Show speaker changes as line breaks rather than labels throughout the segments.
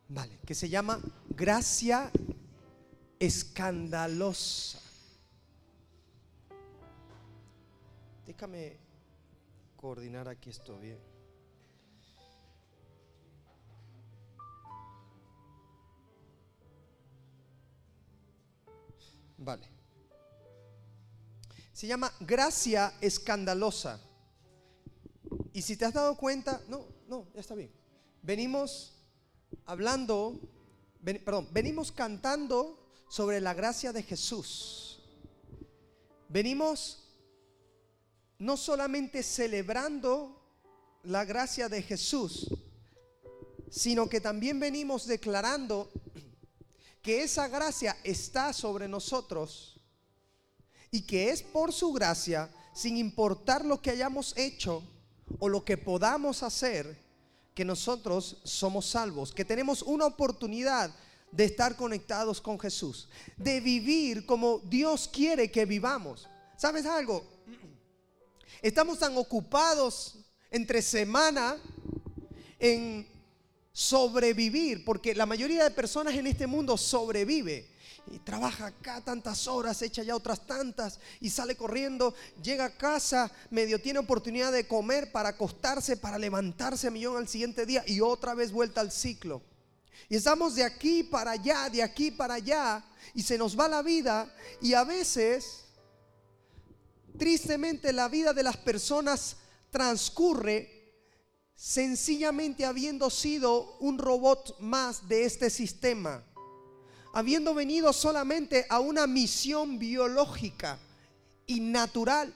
Vale, que se llama gracia escandalosa. Déjame coordinar aquí esto bien. Vale. Se llama gracia escandalosa. Y si te has dado cuenta, ya está bien. Venimos cantando sobre la gracia de Jesús. Venimos no solamente celebrando la gracia de Jesús, sino que también venimos declarando que esa gracia está sobre nosotros y que es por su gracia, sin importar lo que hayamos hecho o lo que podamos hacer, que nosotros somos salvos, que tenemos una oportunidad de estar conectados con Jesús, de vivir como Dios quiere que vivamos. ¿Sabes algo? Estamos tan ocupados entre semana en sobrevivir, porque la mayoría de personas en este mundo sobrevive y trabaja acá tantas horas, echa ya otras tantas y sale corriendo, llega a casa, medio tiene oportunidad de comer para acostarse, para levantarse a millón al siguiente día y otra vez vuelta al ciclo. Y estamos de aquí para allá y se nos va la vida, y a veces tristemente la vida de las personas transcurre sencillamente habiendo sido un robot más de este sistema, habiendo venido solamente a una misión biológica y natural.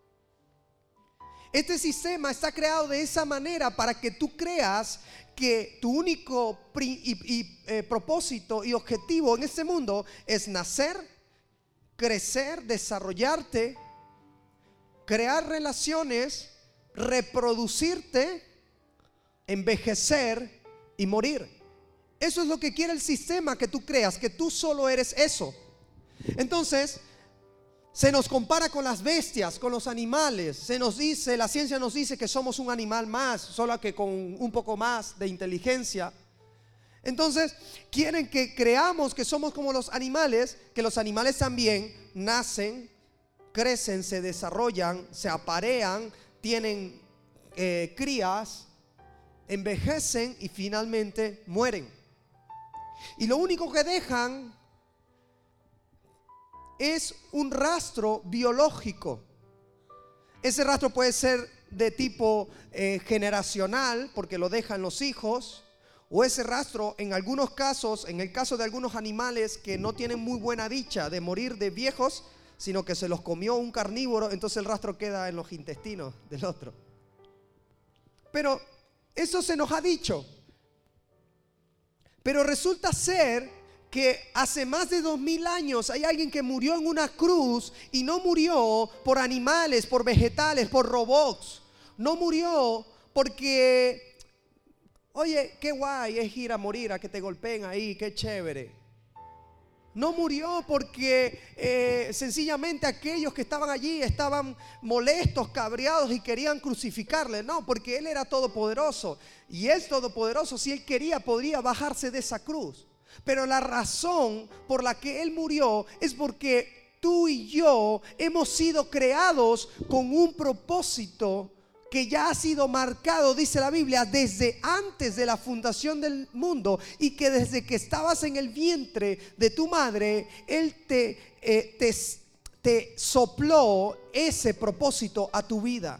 Este sistema está creado de esa manera para que tú creas que tu único propósito y objetivo en este mundo es nacer, crecer, desarrollarte, crear relaciones, reproducirte, envejecer y morir. Eso es lo que quiere el sistema, que tú creas que tú solo eres eso. Entonces se nos compara con las bestias, con los animales. Se nos dice, la ciencia nos dice que somos un animal más, solo que con un poco más de inteligencia. Entonces quieren que creamos que somos como los animales, que los animales también nacen, crecen, se desarrollan, se aparean, tienen crías, envejecen y finalmente mueren. Y lo único que dejan es un rastro biológico. Ese rastro puede ser de tipo generacional, porque lo dejan los hijos, o ese rastro en algunos casos, en el caso de algunos animales que no tienen muy buena dicha de morir de viejos, sino que se los comió un carnívoro, entonces el rastro queda en los intestinos del otro. Pero eso se nos ha dicho. Pero resulta ser que hace más de 2000 años hay alguien que murió en una cruz, y no murió por animales, por vegetales, por robots. No murió porque, oye, qué guay es ir a morir, a que te golpeen ahí, qué chévere. No murió porque sencillamente aquellos que estaban allí estaban molestos, cabreados y querían crucificarle. No, porque Él era todopoderoso, y es todopoderoso. Si Él quería, podría bajarse de esa cruz. Pero la razón por la que Él murió es porque tú y yo hemos sido creados con un propósito que ya ha sido marcado, dice la Biblia, desde antes de la fundación del mundo, y que desde que estabas en el vientre de tu madre, Él te sopló ese propósito a tu vida.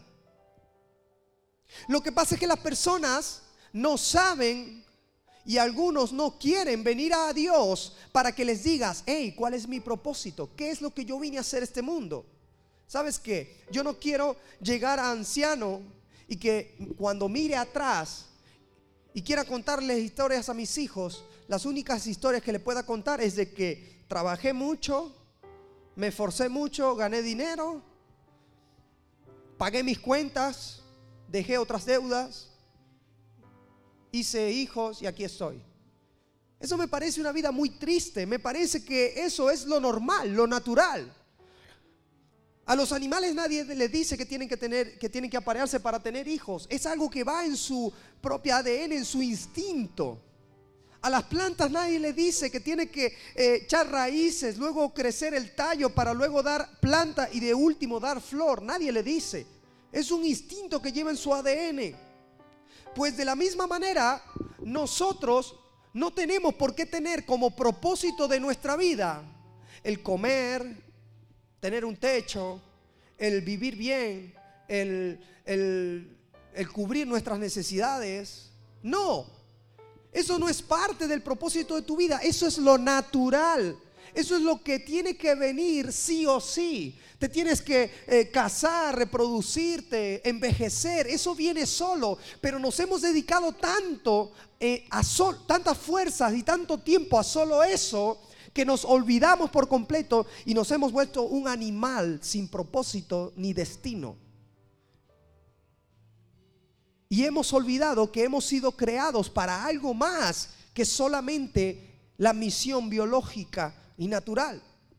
Lo que pasa es que las personas no saben, y algunos no quieren venir a Dios para que les digas: hey, ¿cuál es mi propósito? ¿Qué es lo que yo vine a hacer a este mundo? ¿Sabes qué? Yo no quiero llegar a anciano y que cuando mire atrás y quiera contarles historias a mis hijos, las únicas historias que le pueda contar es de que trabajé mucho, me esforcé mucho, gané dinero, pagué mis cuentas, dejé otras deudas, hice hijos y aquí estoy. Eso me parece una vida muy triste. Me parece que eso es lo normal, lo natural. A los animales nadie les dice que tienen que aparearse para tener hijos. Es algo que va en su propia ADN, en su instinto. A las plantas nadie le dice que tiene que echar raíces, luego crecer el tallo para luego dar planta y de último dar flor. Nadie le dice. Es un instinto que lleva en su ADN. Pues de la misma manera, nosotros no tenemos por qué tener como propósito de nuestra vida el comer, tener un techo, el vivir bien, el cubrir nuestras necesidades. No, eso no es parte del propósito de tu vida. Eso es lo natural. Eso es lo que tiene que venir sí o sí. Te tienes que casar, reproducirte, envejecer. Eso viene solo. Pero nos hemos dedicado tanto tantas fuerzas y tanto tiempo a solo eso, que nos olvidamos por completo y nos hemos vuelto un animal sin propósito ni destino. Y hemos olvidado que hemos sido creados para algo más que solamente la misión biológica y natural.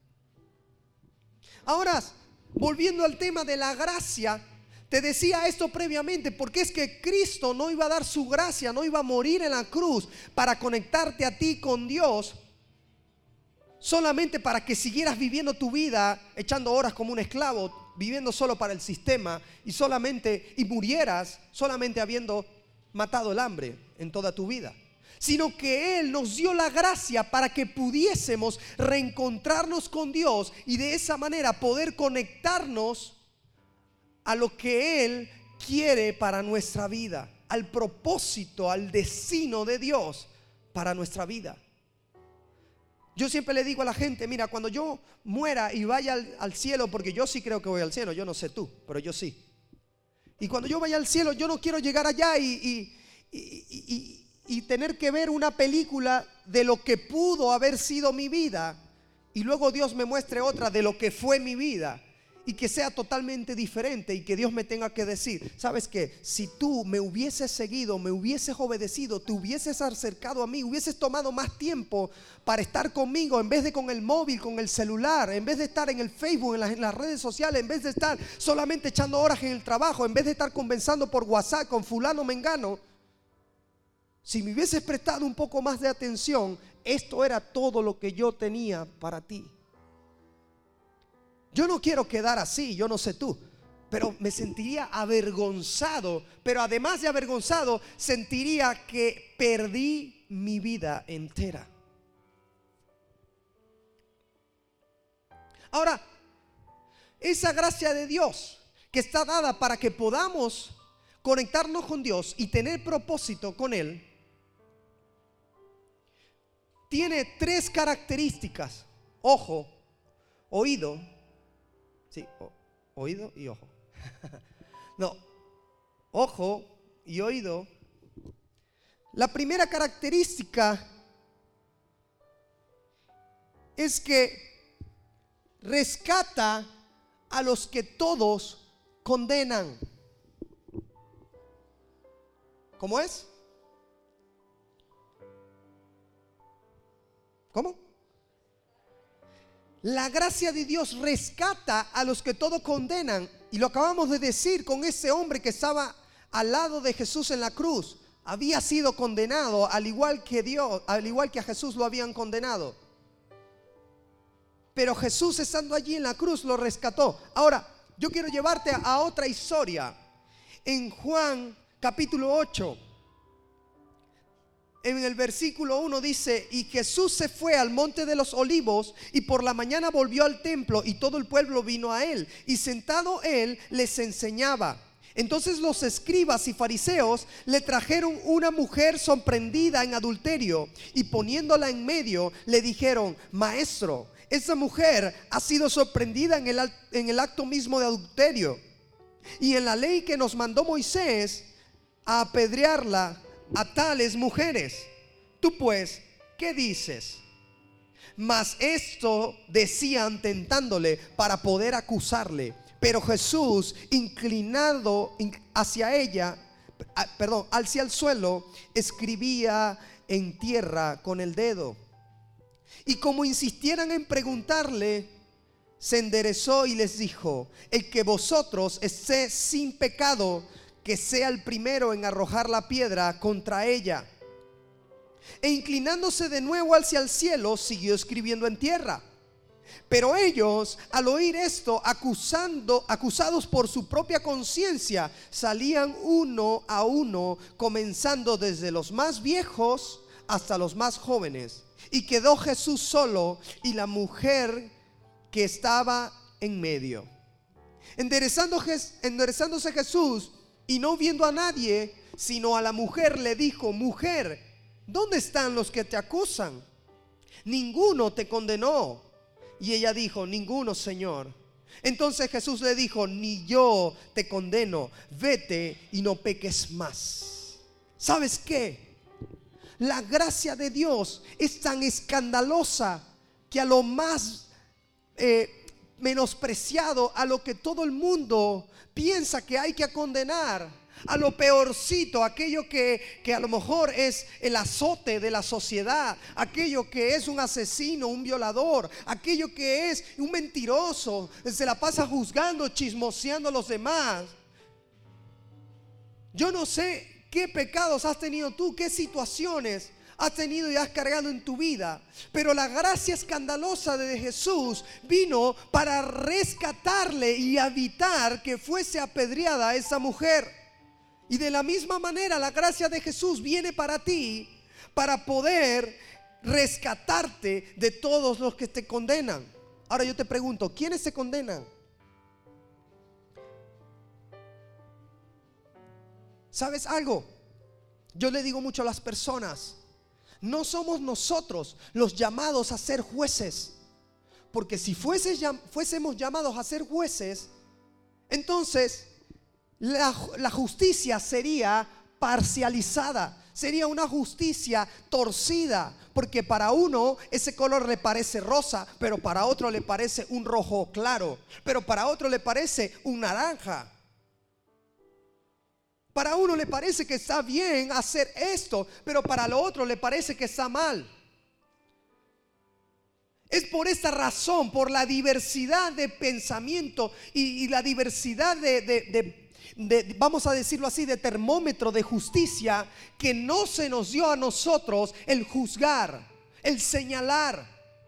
Ahora, volviendo al tema de la gracia, te decía esto previamente, porque es que Cristo no iba a dar su gracia, no iba a morir en la cruz para conectarte a ti con Dios, solamente para que siguieras viviendo tu vida echando horas como un esclavo, viviendo solo para el sistema y murieras solamente habiendo matado el hambre en toda tu vida, sino que Él nos dio la gracia para que pudiésemos reencontrarnos con Dios y de esa manera poder conectarnos a lo que Él quiere para nuestra vida, al propósito, al destino de Dios para nuestra vida. Yo siempre le digo a la gente, mira, cuando yo muera y vaya al cielo, porque yo sí creo que voy al cielo, yo no sé tú, pero yo sí. Y cuando yo vaya al cielo, yo no quiero llegar allá y tener que ver una película de lo que pudo haber sido mi vida y luego Dios me muestre otra de lo que fue mi vida y que sea totalmente diferente y que Dios me tenga que decir, ¿sabes qué? Si tú me hubieses seguido, me hubieses obedecido, te hubieses acercado a mí, hubieses tomado más tiempo para estar conmigo en vez de con el móvil, con el celular, en vez de estar en el Facebook, en las redes sociales, en vez de estar solamente echando horas en el trabajo, en vez de estar conversando por WhatsApp con fulano mengano, si me hubieses prestado un poco más de atención, esto era todo lo que yo tenía para ti. Yo no quiero quedar así, yo no sé tú, pero me sentiría avergonzado. Pero además de avergonzado, sentiría que perdí mi vida entera. Ahora, esa gracia de Dios que está dada para que podamos conectarnos con Dios y tener propósito con Él, tiene tres características: ojo, oído. Sí, oído y ojo. No, ojo y oído. La primera característica es que rescata a los que todos condenan. ¿Cómo es? ¿Cómo? La gracia de Dios rescata a los que todos condenan. Y lo acabamos de decir con ese hombre que estaba al lado de Jesús en la cruz. Había sido condenado al igual que Dios, al igual que a Jesús lo habían condenado. Pero Jesús, estando allí en la cruz, lo rescató. Ahora, yo quiero llevarte a otra historia. En Juan capítulo 8, en el versículo 1 dice: y Jesús se fue al monte de los olivos y por la mañana volvió al templo y todo el pueblo vino a él y sentado él les enseñaba. Entonces los escribas y fariseos le trajeron una mujer sorprendida en adulterio y poniéndola en medio le dijeron: maestro, esa mujer ha sido sorprendida en el acto mismo de adulterio, y en la ley que nos mandó Moisés a apedrearla a tales mujeres. Tú pues, ¿qué dices? Mas esto decían tentándole para poder acusarle. Pero Jesús, inclinado hacia ella, hacia el suelo, escribía en tierra con el dedo. Y como insistieran en preguntarle, se enderezó y les dijo: el que vosotros esté sin pecado, que sea el primero en arrojar la piedra contra ella. E inclinándose de nuevo hacia el cielo, siguió escribiendo en tierra. Pero ellos, al oír esto, acusados por su propia conciencia, salían uno a uno, comenzando desde los más viejos hasta los más jóvenes. Y quedó Jesús solo y la mujer que estaba en medio. Enderezándose Jesús y no viendo a nadie, sino a la mujer, le dijo: mujer, ¿dónde están los que te acusan? Ninguno te condenó. Y ella dijo: ninguno, Señor. Entonces Jesús le dijo: ni yo te condeno, vete y no peques más. ¿Sabes qué? La gracia de Dios es tan escandalosa que a lo más menospreciado, a lo que todo el mundo piensa que hay que condenar, a lo peorcito, aquello que a lo mejor es el azote de la sociedad, aquello que es un asesino, un violador, aquello que es un mentiroso, se la pasa juzgando, chismoseando a los demás. Yo no sé qué pecados has tenido tú, qué situaciones has tenido y has cargado en tu vida, pero la gracia escandalosa de Jesús vino para rescatarle y evitar que fuese apedreada esa mujer. Y de la misma manera la gracia de Jesús viene para ti, para poder rescatarte de todos los que te condenan. Ahora yo te pregunto, ¿quiénes se condenan? ¿Sabes algo? Yo le digo mucho a las personas: no somos nosotros los llamados a ser jueces, porque si fuésemos llamados a ser jueces, entonces la justicia sería parcializada, sería una justicia torcida, porque para uno ese color le parece rosa, pero para otro le parece un rojo claro, pero para otro le parece un naranja. Para uno le parece que está bien hacer esto, pero para lo otro le parece que está mal. Es por esta razón, por la diversidad de pensamiento y la diversidad vamos a decirlo así, de termómetro de justicia, que no se nos dio a nosotros el juzgar, el señalar.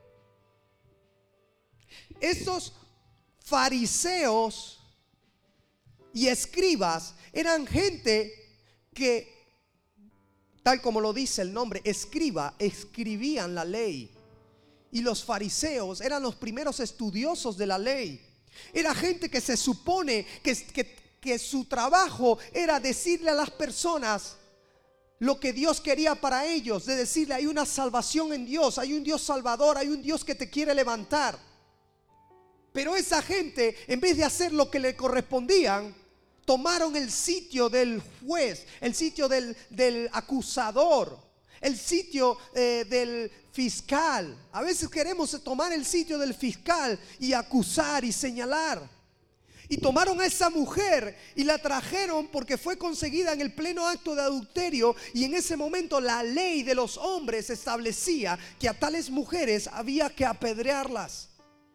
Estos fariseos y escribas eran gente que, tal como lo dice el nombre, escribían la ley. Y los fariseos eran los primeros estudiosos de la ley. Era gente que se supone que su trabajo era decirle a las personas lo que Dios quería para ellos, de decirle: hay una salvación en Dios, hay un Dios salvador, hay un Dios que te quiere levantar. Pero esa gente, en vez de hacer lo que le correspondían, tomaron el sitio del juez, el sitio del acusador, el sitio del fiscal. A veces queremos tomar el sitio del fiscal y acusar y señalar. Y tomaron a esa mujer y la trajeron porque fue conseguida en el pleno acto de adulterio, y en ese momento la ley de los hombres establecía que a tales mujeres había que apedrearlas.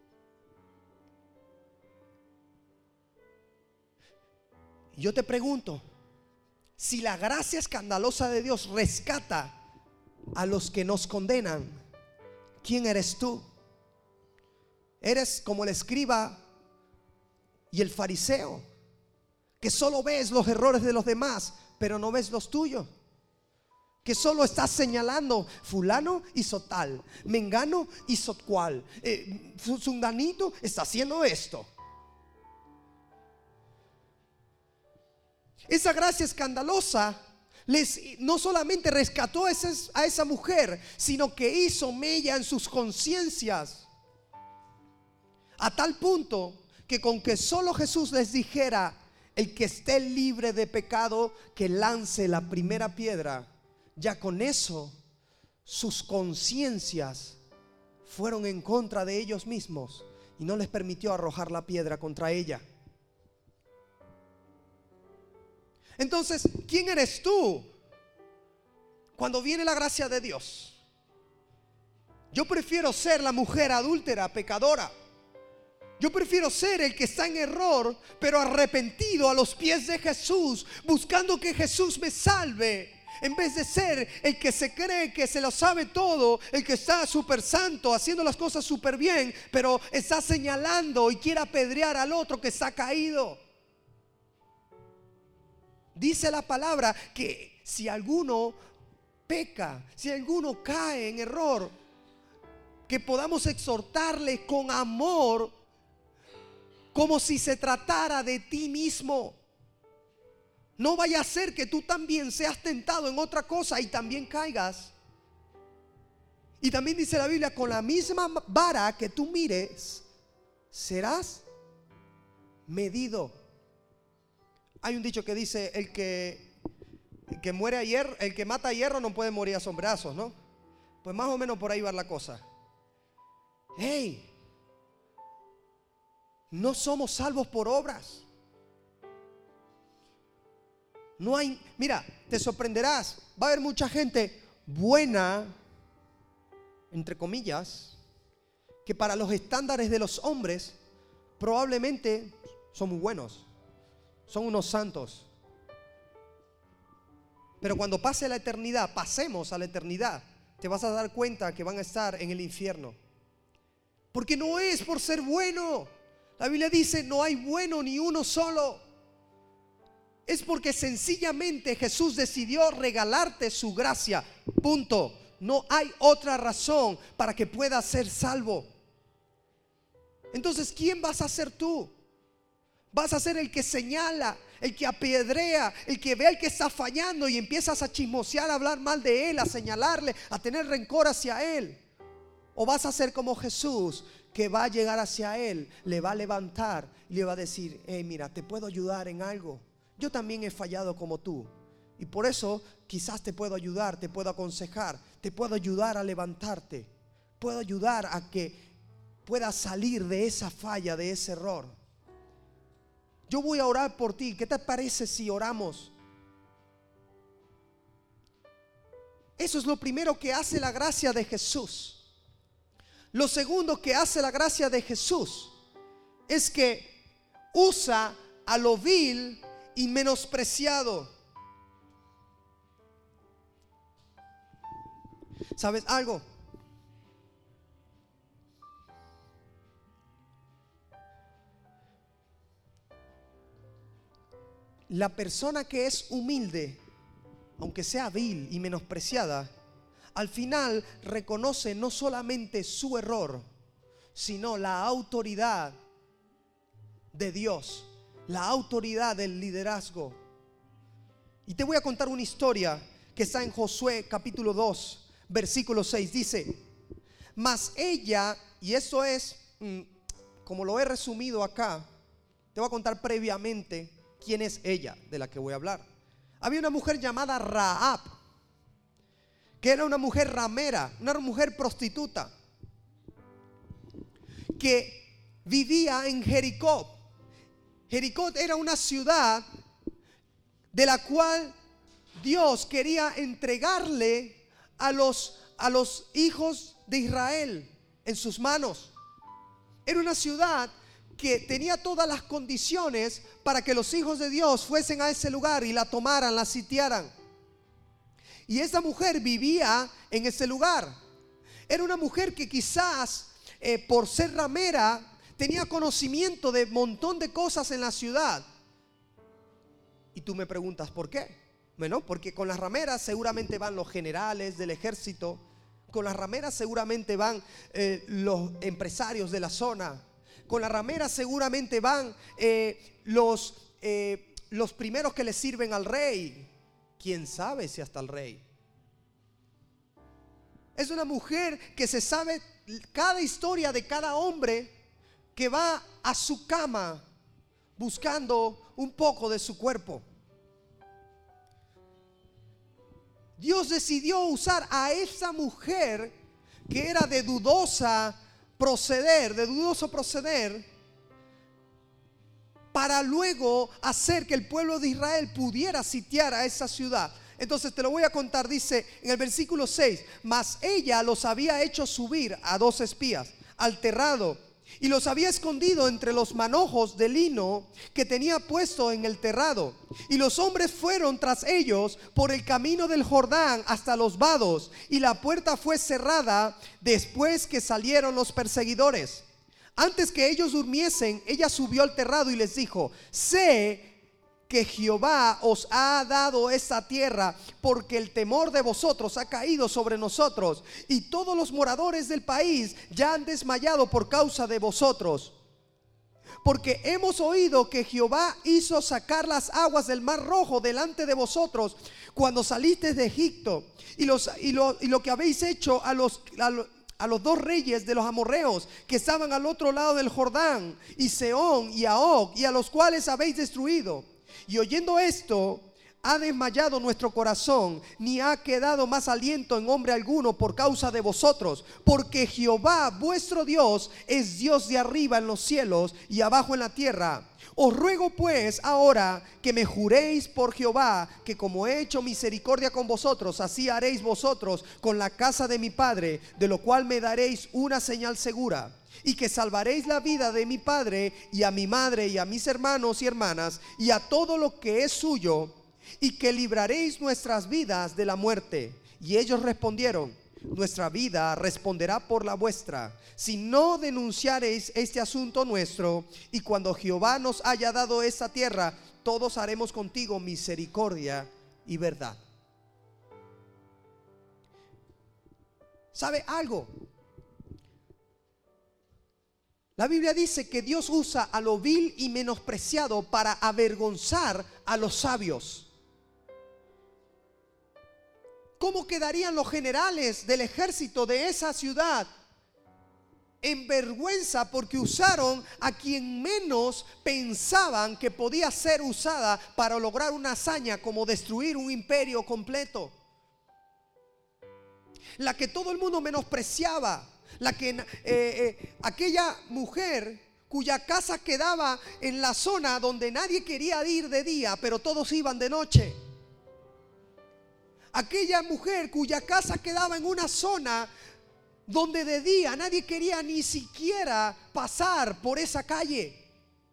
Yo te pregunto, si la gracia escandalosa de Dios rescata a los que nos condenan, ¿quién eres tú? ¿Eres como el escriba y el fariseo, que solo ves los errores de los demás, pero no ves los tuyos? Que solo estás señalando: fulano hizo tal, mengano hizo cual, zunganito está haciendo esto. Esa gracia escandalosa no solamente rescató a esa mujer, sino que hizo mella en sus conciencias, a tal punto que con que solo Jesús les dijera: el que esté libre de pecado, que lance la primera piedra, ya con eso sus conciencias fueron en contra de ellos mismos y no les permitió arrojar la piedra contra ella. Entonces, ¿quién eres tú cuando viene la gracia de Dios? Yo prefiero ser la mujer adúltera, pecadora. Yo prefiero ser el que está en error, pero arrepentido a los pies de Jesús, buscando que Jesús me salve, En vez de ser el que se cree que se lo sabe todo, el que está súper santo, haciendo las cosas súper bien, pero está señalando y quiere apedrear al otro que está caído. Dice la palabra que si alguno peca, si alguno cae en error, que podamos exhortarle con amor, como si se tratara de ti mismo. No vaya a ser que tú también seas tentado en otra cosa y también caigas. Y también dice la Biblia, con la misma vara que tú mires, serás medido. Hay un dicho que dice, el que muere a hierro, el que mata a hierro no puede morir a sombrazos, ¿no? Pues más o menos por ahí va la cosa. Hey, no somos salvos por obras. No hay, mira, te sorprenderás, va a haber mucha gente buena, entre comillas, que para los estándares de los hombres probablemente son muy buenos, son unos santos. Pero cuando pase la eternidad, pasemos a la eternidad, te vas a dar cuenta que van a estar en el infierno. Porque no es por ser bueno. La Biblia dice, no hay bueno ni uno solo. Es porque sencillamente Jesús decidió regalarte su gracia. Punto. No hay otra razón para que puedas ser salvo. Entonces, ¿quién vas a ser tú? Vas a ser el que señala, el que apedrea, el que ve al que está fallando y empiezas a chismosear, a hablar mal de él, a señalarle, a tener rencor hacia él. O vas a ser como Jesús, que va a llegar hacia él, le va a levantar y le va a decir, hey, mira, te puedo ayudar en algo. Yo también he fallado como tú. Y por eso quizás te puedo ayudar, te puedo aconsejar, te puedo ayudar a levantarte. Puedo ayudar a que puedas salir de esa falla, de ese error. Yo voy a orar por ti. ¿Qué te parece si oramos? Eso es lo primero que hace la gracia de Jesús. Lo segundo que hace la gracia de Jesús es que usa a lo vil y menospreciado. ¿Sabes algo? La persona que es humilde, aunque sea vil y menospreciada, al final reconoce no solamente su error, sino la autoridad de Dios, la autoridad del liderazgo. Y te voy a contar una historia que está en Josué capítulo 2, versículo 6. Dice, mas ella, y eso es como lo he resumido acá, te voy a contar previamente quién es ella de la que voy a hablar. Había una mujer llamada Rahab, que era una mujer ramera, una mujer prostituta, que vivía en Jericó. Jericó era una ciudad de la cual Dios quería entregarle a los hijos de Israel en sus manos. Era una ciudad que tenía todas las condiciones para que los hijos de Dios fuesen a ese lugar y la tomaran, la sitiaran. Y esa mujer vivía en ese lugar. Era una mujer que quizás por ser ramera tenía conocimiento de un montón de cosas en la ciudad. Y tú me preguntas, ¿por qué? Bueno, porque con las rameras seguramente van los generales del ejército. Con las rameras seguramente van los empresarios de la zona. Con las rameras seguramente van los primeros que le sirven al rey. ¿Quién sabe si hasta el rey? Es una mujer que se sabe cada historia de cada hombre que va a su cama buscando un poco de su cuerpo. Dios decidió usar a esa mujer que era de dudoso proceder, para luego hacer que el pueblo de Israel pudiera sitiar a esa ciudad. Entonces te lo voy a contar. Dice en el versículo 6, mas ella los había hecho subir a 2 espías al terrado y los había escondido entre los manojos de lino que tenía puesto en el terrado. Y los hombres fueron tras ellos por el camino del Jordán hasta los vados, y la puerta fue cerrada después que salieron los perseguidores. Antes que ellos durmiesen, ella subió al terrado y les dijo: sé que Jehová os ha dado esta tierra, porque el temor de vosotros ha caído sobre nosotros, y todos los moradores del país ya han desmayado por causa de vosotros. Porque hemos oído que Jehová hizo sacar las aguas del mar Rojo delante de vosotros cuando salisteis de Egipto, y lo que habéis hecho a los dos reyes de los amorreos que estaban al otro lado del Jordán, y Sehón y Og, y a los cuales habéis destruido. Y oyendo esto, ha desmayado nuestro corazón, ni ha quedado más aliento en hombre alguno por causa de vosotros, porque Jehová vuestro Dios es Dios de arriba en los cielos y abajo en la tierra. Os ruego pues ahora que me juréis por Jehová, que como he hecho misericordia con vosotros, así haréis vosotros con la casa de mi padre, de lo cual me daréis una señal segura, y que salvaréis la vida de mi padre y a mi madre y a mis hermanos y hermanas y a todo lo que es suyo, y que libraréis nuestras vidas de la muerte. Y ellos respondieron: nuestra vida responderá por la vuestra, si no denunciareis este asunto nuestro, y cuando Jehová nos haya dado esta tierra, todos haremos contigo misericordia y verdad. ¿Sabe algo? La Biblia dice que Dios usa a lo vil y menospreciado para avergonzar a los sabios. ¿Cómo quedarían los generales del ejército de esa ciudad? En vergüenza, porque usaron a quien menos pensaban que podía ser usada para lograr una hazaña como destruir un imperio completo. La que todo el mundo menospreciaba. Aquella mujer cuya casa quedaba en la zona donde nadie quería ir de día, pero todos iban de noche. Aquella mujer cuya casa quedaba en una zona donde de día nadie quería ni siquiera pasar por esa calle.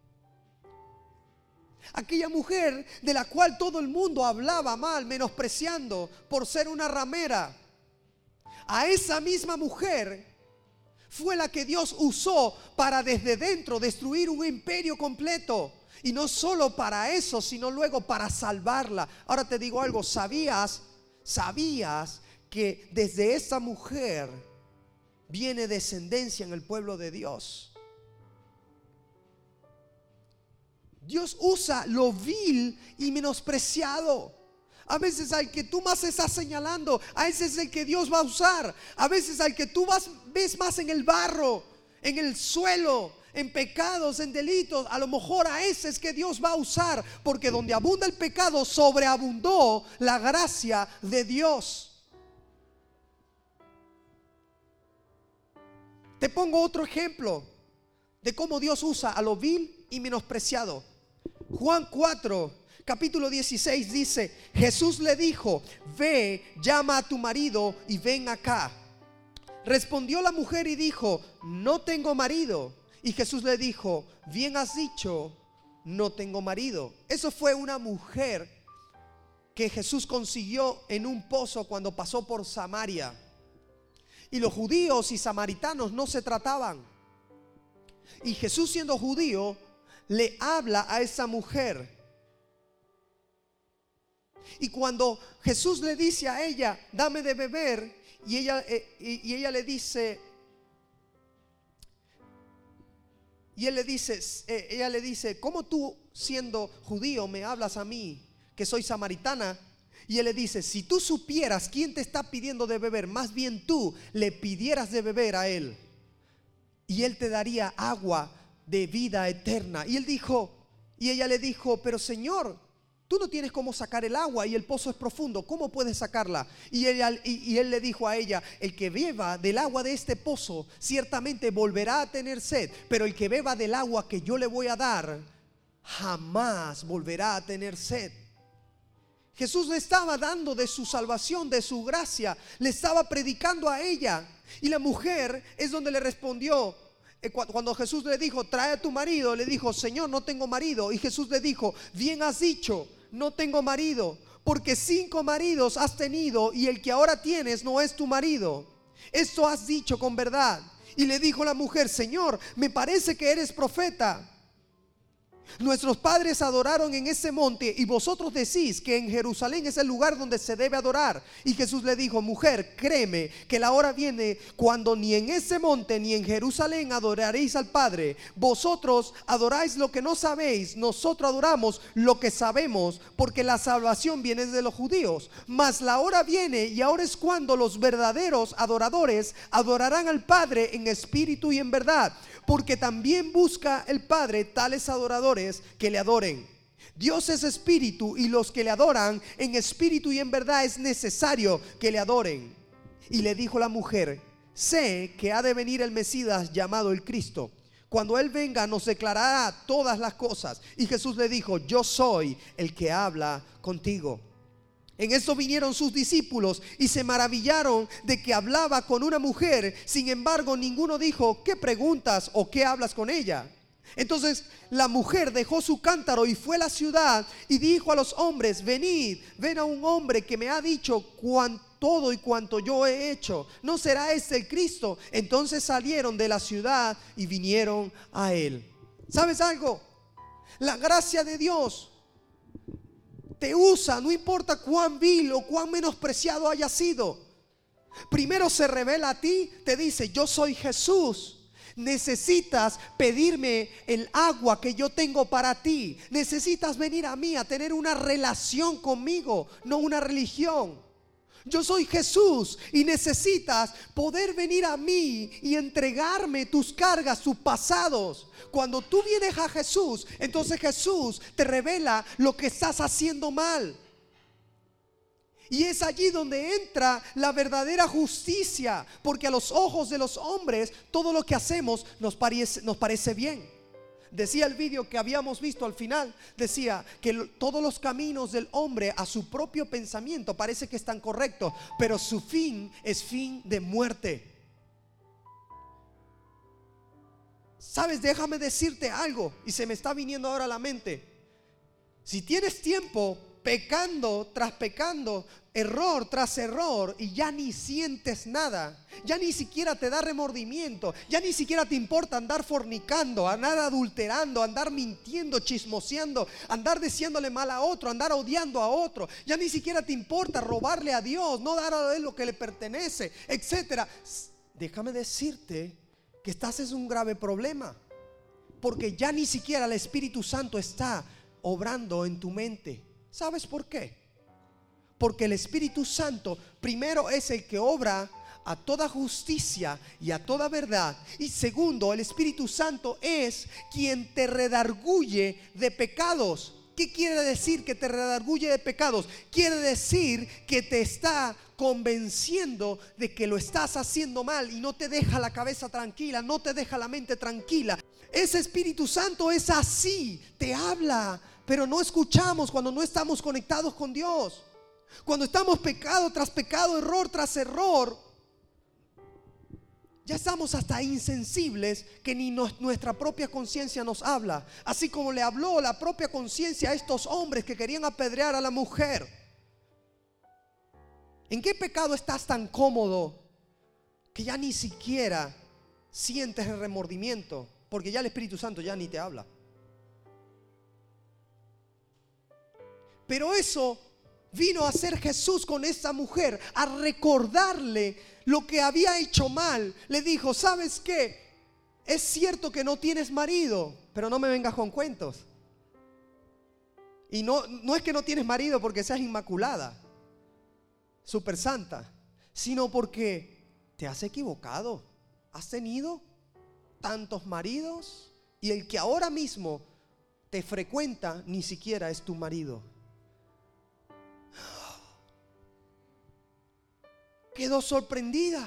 Aquella mujer de la cual todo el mundo hablaba mal, menospreciando por ser una ramera. A esa misma mujer fue la que Dios usó para desde dentro destruir un imperio completo. Y no solo para eso, sino luego para salvarla. Ahora te digo algo, ¿sabías que desde esa mujer viene descendencia en el pueblo de Dios? Dios usa lo vil y menospreciado. A veces al que tú más estás señalando, a ese es el que Dios va a usar. A veces al que tú ves más en el barro, en el suelo, en pecados, en delitos, a lo mejor a ese es que Dios va a usar, porque donde abunda el pecado, sobreabundó la gracia de Dios. Te pongo otro ejemplo de cómo Dios usa a lo vil y menospreciado. Juan 4, capítulo 16 dice: Jesús le dijo: ve, llama a tu marido y ven acá. Respondió la mujer y dijo: no tengo marido. Y Jesús le dijo: bien has dicho, no tengo marido. Eso fue una mujer que Jesús consiguió en un pozo cuando pasó por Samaria. Y los judíos y samaritanos no se trataban. Y Jesús, siendo judío, le habla a esa mujer. Y cuando Jesús le dice a ella: dame de beber, y ella le dice, ella le dice: ¿cómo tú, siendo judío, me hablas a mí, que soy samaritana? Y él le dice: si tú supieras quién te está pidiendo de beber, más bien tú le pidieras de beber a él, y él te daría agua de vida eterna. Y ella le dijo: pero Señor, tú no tienes cómo sacar el agua y el pozo es profundo, ¿cómo puedes sacarla? Y él le dijo a ella: el que beba del agua de este pozo ciertamente volverá a tener sed, pero el que beba del agua que yo le voy a dar jamás volverá a tener sed. Jesús le estaba dando de su salvación, de su gracia, le estaba predicando a ella. Y la mujer es donde le respondió: Cuando Jesús le dijo, trae a tu marido, le dijo, Señor, no tengo marido. Y Jesús le dijo, bien has dicho, no tengo marido, porque 5 maridos has tenido y el que ahora tienes no es tu marido. Esto has dicho con verdad. Y le dijo la mujer, Señor, me parece que eres profeta. Nuestros padres adoraron en ese monte y vosotros decís que en Jerusalén es el lugar donde se debe adorar. Y Jesús le dijo, mujer, créeme que la hora viene cuando ni en ese monte ni en Jerusalén adoraréis al Padre. Vosotros adoráis lo que no sabéis, nosotros adoramos lo que sabemos, porque la salvación viene de los judíos. Mas la hora viene y ahora es cuando los verdaderos adoradores adorarán al Padre en espíritu y en verdad, porque también busca el Padre tales adoradores que le adoren. Dios es espíritu y los que le adoran en espíritu y en verdad es necesario que le adoren. Y le dijo la mujer, sé que ha de venir el Mesías llamado el Cristo. Cuando Él venga nos declarará todas las cosas. Y Jesús le dijo, yo soy el que habla contigo. En esto vinieron sus discípulos y se maravillaron de que hablaba con una mujer. Sin embargo, ninguno dijo, ¿qué preguntas o qué hablas con ella? Entonces la mujer dejó su cántaro y fue a la ciudad y dijo a los hombres, venid, ven a un hombre que me ha dicho todo y cuanto yo he hecho. ¿No será este el Cristo? Entonces salieron de la ciudad y vinieron a él. ¿Sabes algo? La gracia de Dios te usa, no importa cuán vil o cuán menospreciado haya sido. Primero se revela a ti, te dice, yo soy Jesús. Necesitas pedirme el agua que yo tengo para ti. Necesitas venir a mí a tener una relación conmigo, no una religión. Yo soy Jesús y necesitas poder venir a mí y entregarme tus cargas, tus pasados. Cuando tú vienes a Jesús, entonces Jesús te revela lo que estás haciendo mal. Y es allí donde entra la verdadera justicia, porque a los ojos de los hombres todo lo que hacemos nos parece bien. Decía el vídeo que habíamos visto al final, decía que todos los caminos del hombre a su propio pensamiento parece que están correctos, pero su fin es fin de muerte. Sabes, déjame decirte algo y se me está viniendo ahora a la mente. Si tienes tiempo pecando tras pecando, error tras error, y ya ni sientes nada, ya ni siquiera te da remordimiento, ya ni siquiera te importa andar fornicando, andar adulterando, andar mintiendo, chismoseando, andar diciéndole mal a otro, andar odiando a otro, ya ni siquiera te importa robarle a Dios, no dar a Él lo que le pertenece, etcétera. Déjame decirte que estás en un grave problema, porque ya ni siquiera el Espíritu Santo está obrando en tu mente. ¿Sabes por qué? Porque el Espíritu Santo primero es el que obra a toda justicia y a toda verdad. Y segundo, el Espíritu Santo es quien te redarguye de pecados. ¿Qué quiere decir que te redarguye de pecados? Quiere decir que te está convenciendo de que lo estás haciendo mal y no te deja la cabeza tranquila, no te deja la mente tranquila. Ese Espíritu Santo es así, te habla, pero no escuchamos cuando no estamos conectados con Dios. Cuando estamos pecado tras pecado, error tras error, ya estamos hasta insensibles que ni nuestra propia conciencia nos habla. Así como le habló la propia conciencia a estos hombres que querían apedrear a la mujer. ¿En qué pecado estás tan cómodo que ya ni siquiera sientes el remordimiento? Porque ya el Espíritu Santo ya ni te habla. Pero eso vino a hacer Jesús con esta mujer, a recordarle lo que había hecho mal. Le dijo, ¿sabes qué? Es cierto que no tienes marido, pero no me vengas con cuentos. Y no es que no tienes marido porque seas inmaculada, súper santa, sino porque te has equivocado. Has tenido tantos maridos y el que ahora mismo te frecuenta ni siquiera es tu marido. Quedó sorprendida.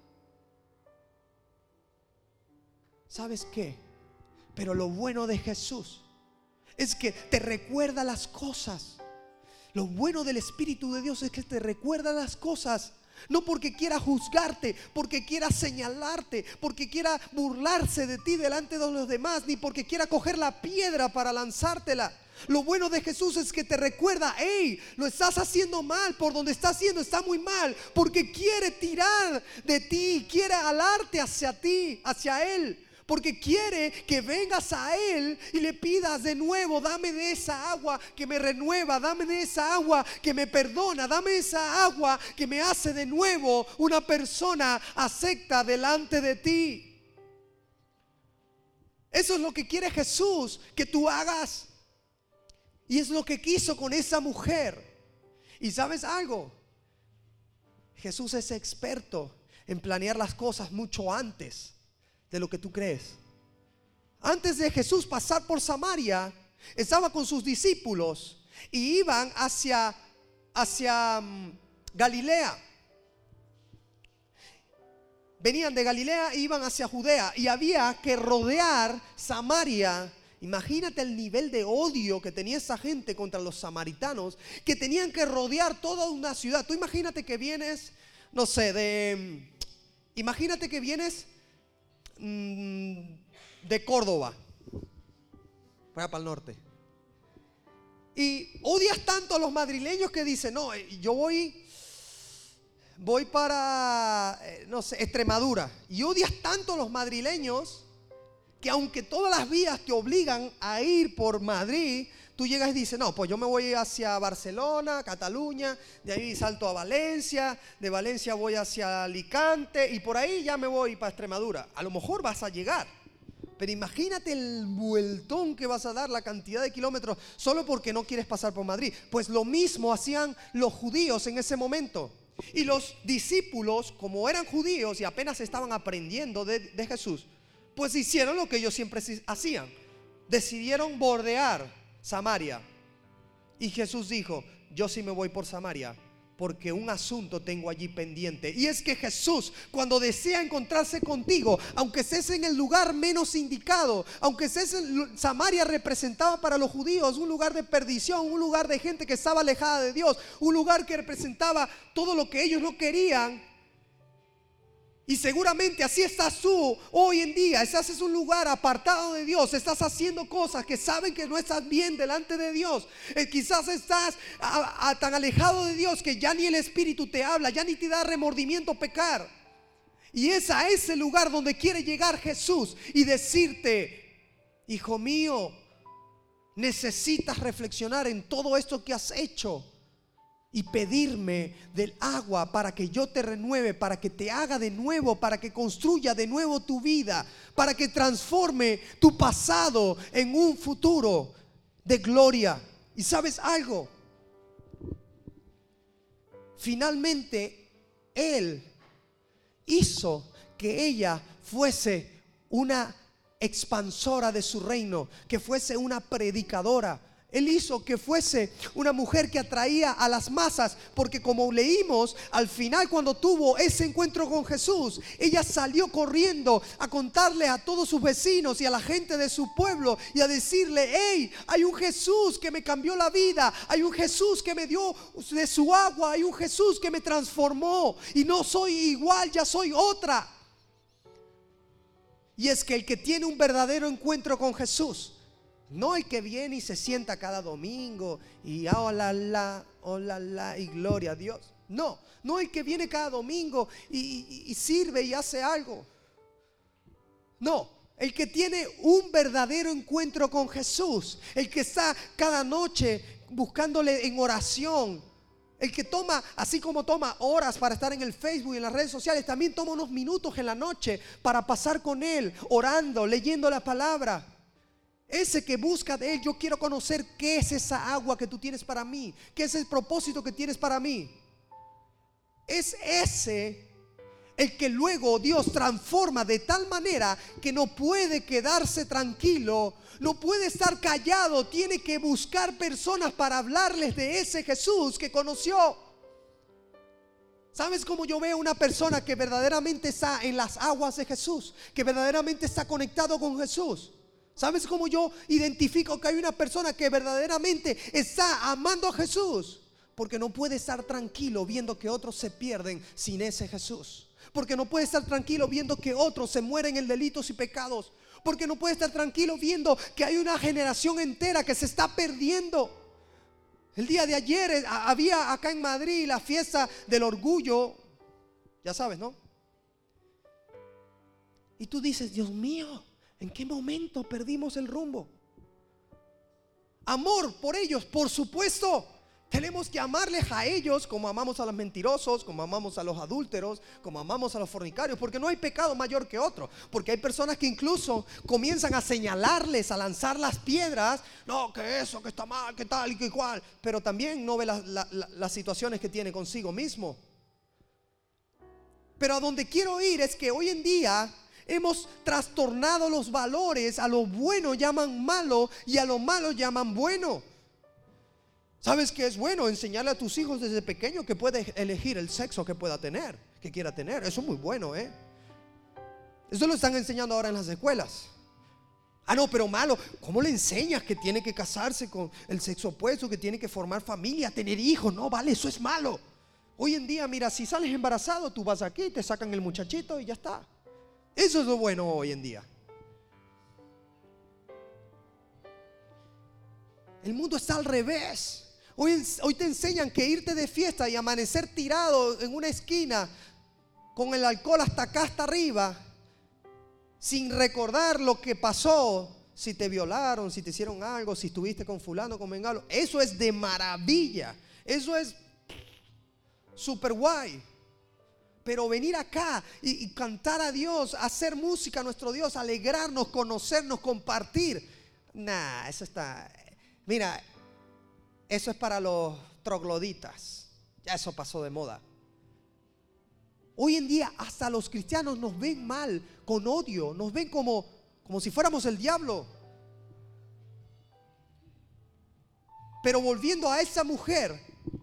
¿Sabes qué? Pero lo bueno de Jesús es que te recuerda las cosas. Lo bueno del Espíritu de Dios es que te recuerda las cosas No porque quiera juzgarte, porque quiera señalarte, porque quiera burlarse de ti delante de los demás, ni porque quiera coger la piedra para lanzártela. Lo bueno de Jesús es que te recuerda: hey, lo estás haciendo mal, por donde estás haciendo está muy mal, porque quiere tirar de ti, quiere alarte hacia ti, hacia Él. Porque quiere que vengas a Él y le pidas de nuevo: dame de esa agua que me renueva, dame de esa agua que me perdona, dame esa agua que me hace de nuevo una persona acepta delante de ti. Eso es lo que quiere Jesús que tú hagas. Y es lo que quiso con esa mujer. Y ¿sabes algo? Jesús es experto en planear las cosas mucho antes de lo que tú crees. Antes de Jesús pasar por Samaria, estaba con sus discípulos y iban hacia Galilea. Venían de Galilea e iban hacia Judea, y había que rodear Samaria. Imagínate el nivel de odio que tenía esa gente contra los samaritanos, que tenían que rodear toda una ciudad. Tú imagínate que vienes, no sé, imagínate que vienes de Córdoba para el norte, y odias tanto a los madrileños que dicen: no, yo voy para, no sé, Extremadura. Y odias tanto a los madrileños que aunque todas las vías te obligan a ir por Madrid, tú llegas y dices: no, pues yo me voy hacia Barcelona, Cataluña, de ahí salto a Valencia, de Valencia voy hacia Alicante y por ahí ya me voy para Extremadura. A lo mejor vas a llegar, pero imagínate el vueltón que vas a dar, la cantidad de kilómetros, solo porque no quieres pasar por Madrid. Pues lo mismo hacían los judíos en ese momento. Y los discípulos, como eran judíos y apenas estaban aprendiendo de Jesús, pues hicieron lo que ellos siempre hacían: decidieron bordear Samaria. Y Jesús dijo: yo sí me voy por Samaria, porque un asunto tengo allí pendiente. Y es que Jesús, cuando desea encontrarse contigo, aunque estés en el lugar menos indicado, aunque estés en Samaria, representaba para los judíos un lugar de perdición, un lugar de gente que estaba alejada de Dios, un lugar que representaba todo lo que ellos no querían. Y seguramente así estás tú hoy en día. Estás en un lugar apartado de Dios. Estás haciendo cosas que saben que no estás bien delante de Dios. Quizás estás tan alejado de Dios que ya ni el Espíritu te habla, ya ni te da remordimiento pecar. Y es a ese lugar donde quiere llegar Jesús y decirte: hijo mío, necesitas reflexionar en todo esto que has hecho y pedirme del agua para que yo te renueve, para que te haga de nuevo, para que construya de nuevo tu vida, para que transforme tu pasado en un futuro de gloria. ¿Y sabes algo? Finalmente Él hizo que ella fuese una expansora de su reino, que fuese una predicadora. Él hizo que fuese una mujer que atraía a las masas, porque como leímos al final, cuando tuvo ese encuentro con Jesús, ella salió corriendo a contarle a todos sus vecinos y a la gente de su pueblo y a decirle: hey, hay un Jesús que me cambió la vida, hay un Jesús que me dio de su agua, hay un Jesús que me transformó y no soy igual, ya soy otra. Y es que el que tiene un verdadero encuentro con Jesús, no el que viene y se sienta cada domingo y hola la y gloria a Dios. No el que viene cada domingo y sirve y hace algo. No, el que tiene un verdadero encuentro con Jesús, el que está cada noche buscándole en oración, el que toma, así como toma horas para estar en el Facebook y en las redes sociales, también toma unos minutos en la noche para pasar con Él, orando, leyendo la palabra. Ese que busca de Él: yo quiero conocer qué es esa agua que tú tienes para mí, qué es el propósito que tienes para mí. Es ese el que luego Dios transforma de tal manera que no puede quedarse tranquilo, no puede estar callado, tiene que buscar personas para hablarles de ese Jesús que conoció. ¿Sabes cómo yo veo una persona que verdaderamente está en las aguas de Jesús, que verdaderamente está conectado con Jesús? ¿Sabes cómo yo identifico que hay una persona que verdaderamente está amando a Jesús? Porque no puede estar tranquilo viendo que otros se pierden sin ese Jesús. Porque no puede estar tranquilo viendo que otros se mueren en delitos y pecados. Porque no puede estar tranquilo viendo que hay una generación entera que se está perdiendo. El día de ayer había acá en Madrid la fiesta del orgullo. Ya sabes, ¿no? Y tú dices, Dios mío, ¿en qué momento perdimos el rumbo? Amor por ellos, por supuesto. Tenemos que amarles a ellos como amamos a los mentirosos, como amamos a los adúlteros, como amamos a los fornicarios, porque no hay pecado mayor que otro. Porque hay personas que incluso comienzan a señalarles, a lanzar las piedras. No, que eso, que está mal, que tal y que cual. Pero también no ve las situaciones que tiene consigo mismo. Pero a donde quiero ir es que hoy en día hemos trastornado los valores. A lo bueno llaman malo y a lo malo llaman bueno. ¿Sabes qué es bueno? Enseñarle a tus hijos desde pequeño que puede elegir el sexo que pueda tener, que quiera tener. Eso es muy bueno, ¿eh? Eso lo están enseñando ahora en las escuelas. Ah, no, pero malo. ¿Cómo le enseñas que tiene que casarse con el sexo opuesto, que tiene que formar familia, tener hijos? No, vale, eso es malo. Hoy en día, mira, si sales embarazado, tú vas aquí, te sacan el muchachito y ya está. Eso es lo bueno hoy en día. El mundo está al revés. Hoy te enseñan que irte de fiesta y amanecer tirado en una esquina con el alcohol hasta acá, hasta arriba, sin recordar lo que pasó, si te violaron, si te hicieron algo, si estuviste con fulano, con mengano. Eso es de maravilla. Eso es super guay. Pero venir acá y cantar a Dios, hacer música a nuestro Dios, alegrarnos, conocernos, compartir. Nah, eso está... Mira, eso es para los trogloditas. Ya eso pasó de moda. Hoy en día hasta los cristianos nos ven mal, con odio. Nos ven como si fuéramos el diablo. Pero volviendo a esa mujer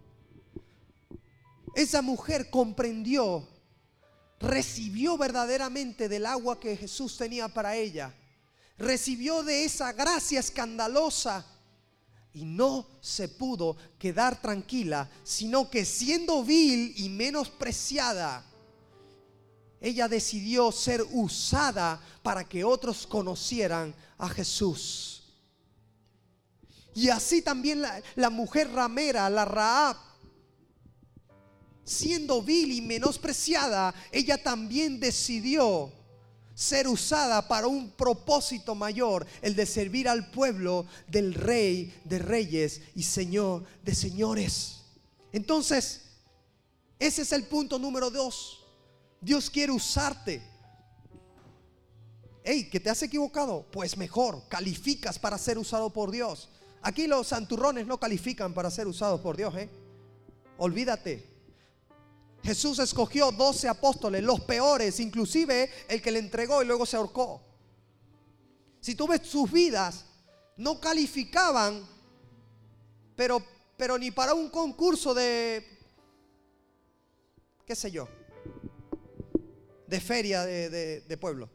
comprendió, recibió verdaderamente del agua que Jesús tenía para ella. Recibió de esa gracia escandalosa. Y no se pudo quedar tranquila, sino que siendo vil y menospreciada, ella decidió ser usada para que otros conocieran a Jesús. Y así también la mujer ramera, la Rahab, siendo vil y menospreciada, ella también decidió ser usada para un propósito mayor, el de servir al pueblo del Rey de Reyes y Señor de Señores. Entonces, ese es el punto número 2. Dios quiere usarte. Hey, ¿que te has equivocado? Pues mejor, calificas para ser usado por Dios. Aquí los santurrones no califican para ser usados por Dios, Olvídate. Jesús escogió 12 apóstoles, los peores, inclusive el que le entregó y luego se ahorcó. Si tú ves sus vidas, no calificaban, pero ni para un concurso de, qué sé yo, de feria de pueblo.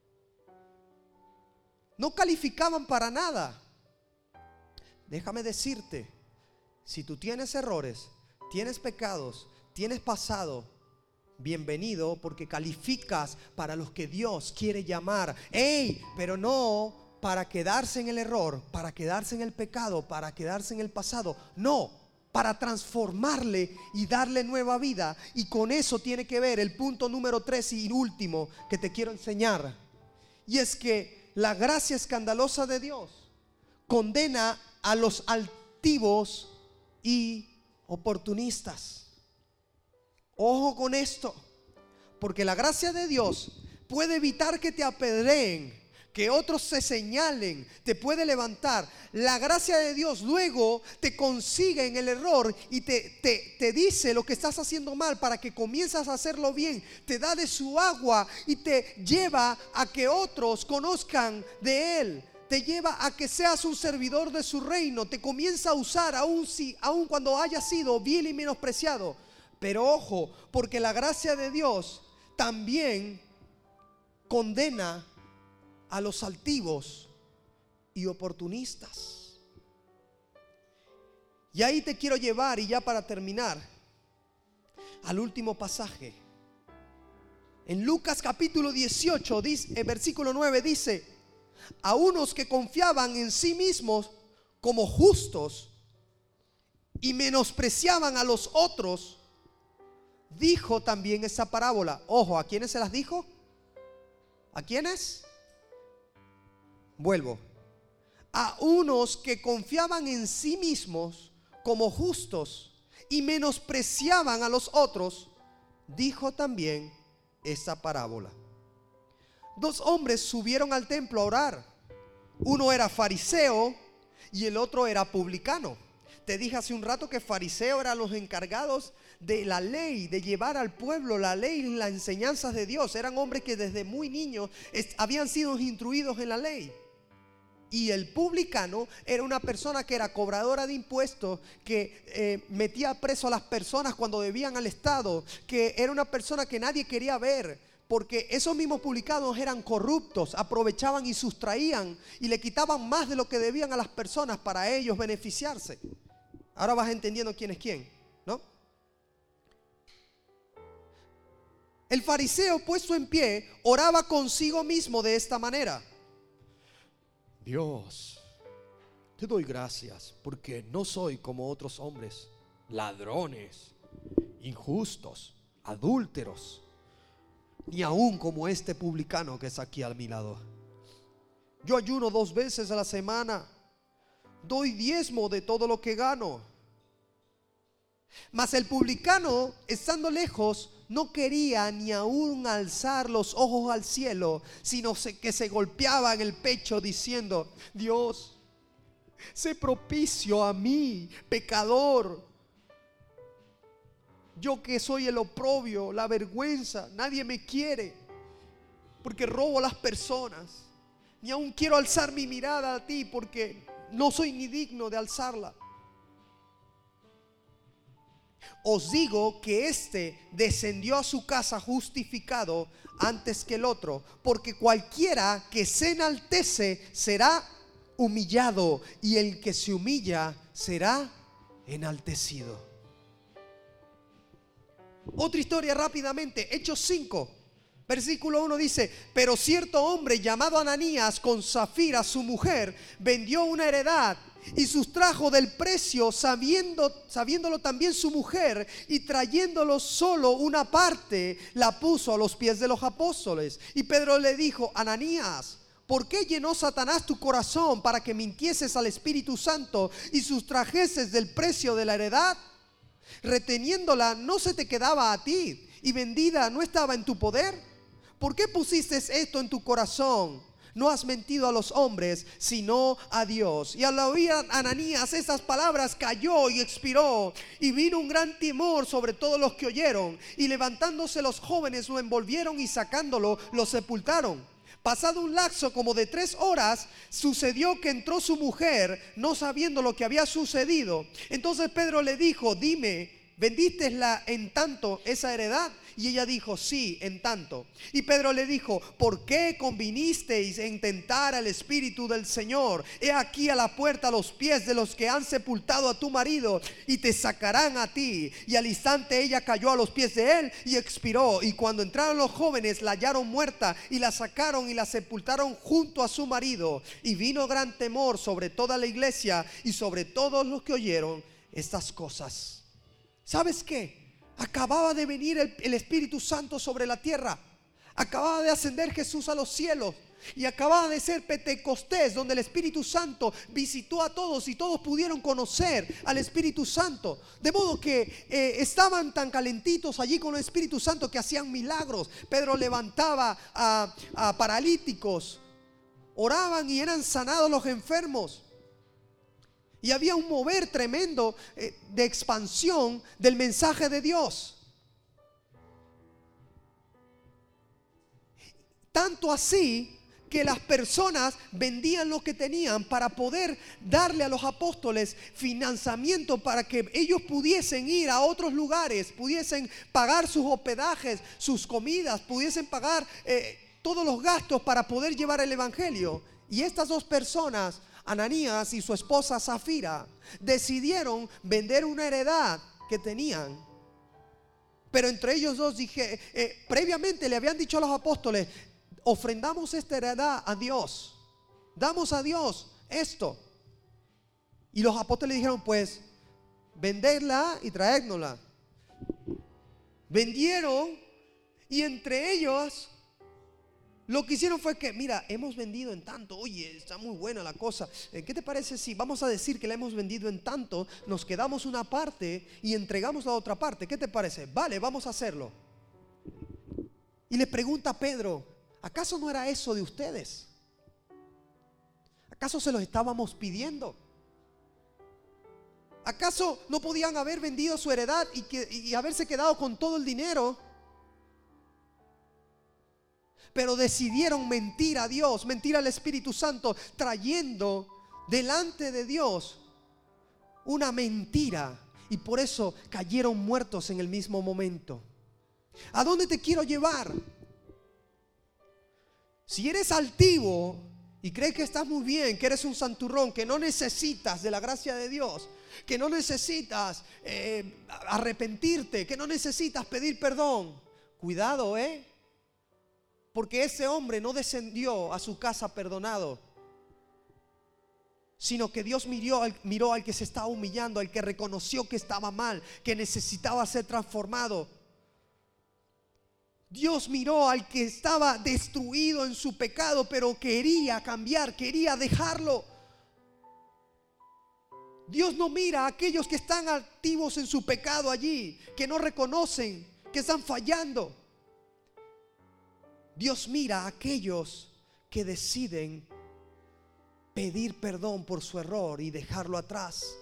No calificaban para nada. Déjame decirte, si tú tienes errores, tienes pecados, tienes pasado, bienvenido, porque calificas para los que Dios quiere llamar. Pero no para quedarse en el error, para quedarse en el pecado, para quedarse en el pasado. No, para transformarle y darle nueva vida. Y con eso tiene que ver el punto número 3 y último que te quiero enseñar. Y es que la gracia escandalosa de Dios condena a los altivos y oportunistas. Ojo con esto, porque la gracia de Dios puede evitar que te apedreen, que otros se señalen, te puede levantar. La gracia de Dios luego te consigue en el error y te dice lo que estás haciendo mal para que comienzas a hacerlo bien. Te da de su agua y te lleva a que otros conozcan de Él. Te lleva a que seas un servidor de su reino. Te comienza a usar aun cuando hayas sido vil y menospreciado. Pero ojo, porque la gracia de Dios también condena a los altivos y oportunistas. Y ahí te quiero llevar, y ya para terminar, al último pasaje. En Lucas capítulo 18, versículo 9 dice: a unos que confiaban en sí mismos como justos y menospreciaban a los otros, dijo también esa parábola. Ojo, ¿a quiénes se las dijo? ¿A quiénes? Vuelvo. A unos que confiaban en sí mismos como justos y menospreciaban a los otros, dijo también esa parábola. Dos hombres subieron al templo a orar. Uno era fariseo y el otro era publicano. Te dije hace un rato que fariseo eran los encargados de la ley, de llevar al pueblo la ley y las enseñanzas de Dios. Eran hombres que desde muy niños habían sido instruidos en la ley. Y el publicano era una persona que era cobradora de impuestos, que metía preso a las personas cuando debían al Estado, que era una persona que nadie quería ver, porque esos mismos publicanos eran corruptos, aprovechaban y sustraían y le quitaban más de lo que debían a las personas para ellos beneficiarse. Ahora vas entendiendo quién es quién, ¿no? El fariseo, puesto en pie, oraba consigo mismo de esta manera: Dios, te doy gracias porque no soy como otros hombres, ladrones, injustos, adúlteros, ni aún como este publicano que es aquí a mi lado. Yo ayuno 2 veces a la semana, doy diezmo de todo lo que gano. Mas el publicano, estando lejos, no quería ni aún alzar los ojos al cielo, sino que se golpeaba en el pecho diciendo: Dios, sé propicio a mí, pecador. Yo que soy el oprobio, la vergüenza, nadie me quiere, porque robo a las personas. Ni aún quiero alzar mi mirada a ti, porque no soy ni digno de alzarla. Os digo que éste descendió a su casa justificado antes que el otro, porque cualquiera que se enaltece será humillado, y el que se humilla será enaltecido. Otra historia rápidamente, Hechos 5, versículo 1 dice: pero cierto hombre llamado Ananías, con Zafira su mujer, vendió una heredad y sustrajo del precio, sabiéndolo también su mujer, y trayéndolo solo una parte, la puso a los pies de los apóstoles. Y Pedro le dijo: Ananías, ¿por qué llenó Satanás tu corazón para que mintieses al Espíritu Santo y sustrajeses del precio de la heredad? Reteniéndola no se te quedaba a ti, y vendida no estaba en tu poder. ¿Por qué pusiste esto en tu corazón? No has mentido a los hombres, sino a Dios. Y al oír Ananías esas palabras, cayó y expiró, y vino un gran temor sobre todos los que oyeron. Y levantándose los jóvenes, lo envolvieron y sacándolo, lo sepultaron. Pasado un lapso como de 3 horas, sucedió que entró su mujer, no sabiendo lo que había sucedido. Entonces Pedro le dijo: dime, ¿vendiste en tanto esa heredad? Y ella dijo: sí, en tanto. Y Pedro le dijo: ¿por qué convinisteis en tentar al Espíritu del Señor? He aquí a la puerta los pies de los que han sepultado a tu marido, y te sacarán a ti. Y al instante ella cayó a los pies de él y expiró. Y cuando entraron los jóvenes, la hallaron muerta, y la sacaron y la sepultaron junto a su marido. Y vino gran temor sobre toda la iglesia y sobre todos los que oyeron estas cosas. ¿Sabes qué? Acababa de venir el Espíritu Santo sobre la tierra. Acababa de ascender Jesús a los cielos. Y acababa de ser Pentecostés, donde el Espíritu Santo visitó a todos y todos pudieron conocer al Espíritu Santo. De modo que estaban tan calentitos allí con el Espíritu Santo que hacían milagros. Pedro levantaba a paralíticos, oraban y eran sanados los enfermos. Y había un mover tremendo de expansión del mensaje de Dios. Tanto así que las personas vendían lo que tenían para poder darle a los apóstoles financiamiento para que ellos pudiesen ir a otros lugares, pudiesen pagar sus hospedajes, sus comidas, pudiesen pagar todos los gastos para poder llevar el evangelio. Y estas dos personas, Ananías y su esposa Zafira decidieron vender una heredad que tenían. Pero entre ellos dos previamente le habían dicho a los apóstoles: ofrendamos esta heredad a Dios, damos a Dios esto. Y los apóstoles dijeron: pues venderla y traérnosla. Vendieron, y entre ellos lo que hicieron fue que: mira, hemos vendido en tanto, oye, está muy buena la cosa, ¿qué te parece si vamos a decir que la hemos vendido en tanto, nos quedamos una parte y entregamos la otra parte? ¿Qué te parece? Vale, vamos a hacerlo. Y le pregunta a Pedro: ¿acaso no era eso de ustedes? ¿Acaso se los estábamos pidiendo? ¿Acaso no podían haber vendido su heredad y haberse quedado con todo el dinero? Pero decidieron mentir a Dios, mentir al Espíritu Santo, trayendo delante de Dios una mentira. Y por eso cayeron muertos en el mismo momento. ¿A dónde te quiero llevar? Si eres altivo y crees que estás muy bien, que eres un santurrón, que no necesitas de la gracia de Dios, que no necesitas arrepentirte, que no necesitas pedir perdón, cuidado, porque ese hombre no descendió a su casa perdonado, sino que Dios miró al que se estaba humillando, al que reconoció que estaba mal, que necesitaba ser transformado. Dios miró al que estaba destruido en su pecado, pero quería cambiar, quería dejarlo. Dios no mira a aquellos que están activos en su pecado allí, que no reconocen, que están fallando. Dios mira a aquellos que deciden pedir perdón por su error y dejarlo atrás.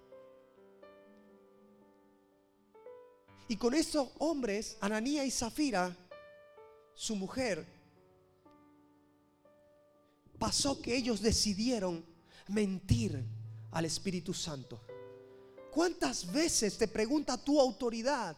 Y con estos hombres, Ananías y Zafira, su mujer, pasó que ellos decidieron mentir al Espíritu Santo. ¿Cuántas veces te pregunta tu autoridad